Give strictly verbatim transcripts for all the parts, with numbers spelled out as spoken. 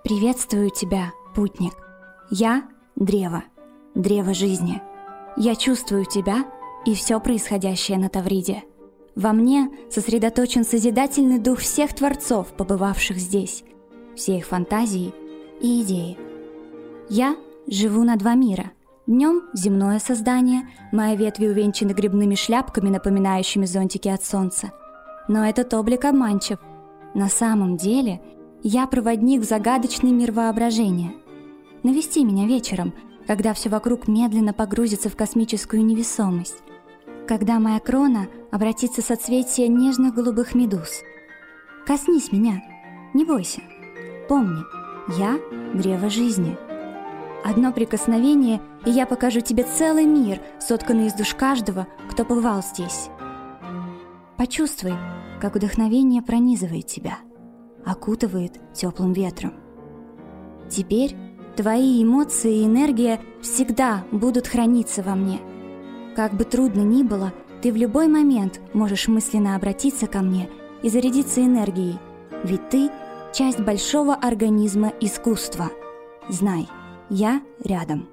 Приветствую тебя, путник. Я — древо, древо жизни. Я чувствую тебя и все происходящее на Тавриде. Во мне сосредоточен созидательный дух всех творцов, побывавших здесь, все их фантазии и идеи. Я живу на два мира. Днем земное создание, мои ветви увенчаны грибными шляпками, напоминающими зонтики от солнца. Но этот облик обманчив. На самом деле я проводник в загадочный мир воображения. Навести меня вечером, когда все вокруг медленно погрузится в космическую невесомость, когда моя крона обратится в соцветие нежных голубых медуз. Коснись меня, не бойся. Помни, я — древо жизни. Одно прикосновение, и я покажу тебе целый мир, сотканный из душ каждого, кто побывал здесь. Почувствуй, как вдохновение пронизывает тебя, окутывает теплым ветром. Теперь твои эмоции и энергия всегда будут храниться во мне. Как бы трудно ни было, ты в любой момент можешь мысленно обратиться ко мне и зарядиться энергией, ведь ты — часть большого организма искусства. Знай, я рядом.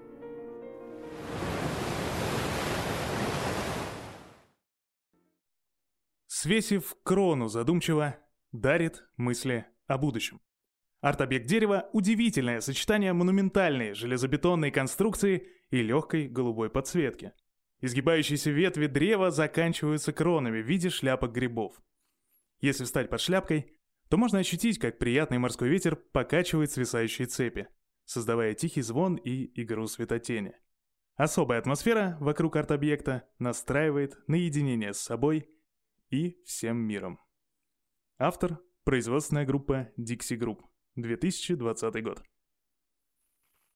Свесив крону задумчиво, дарит мысли о будущем. Арт-объект дерева – удивительное сочетание монументальной железобетонной конструкции и легкой голубой подсветки. Изгибающиеся ветви древа заканчиваются кронами в виде шляпок грибов. Если встать под шляпкой, то можно ощутить, как приятный морской ветер покачивает свисающие цепи, создавая тихий звон и игру светотени. Особая атмосфера вокруг арт-объекта настраивает на единение с собой и всем миром. Автор – производственная группа Dixie Group, две тысячи двадцатый год.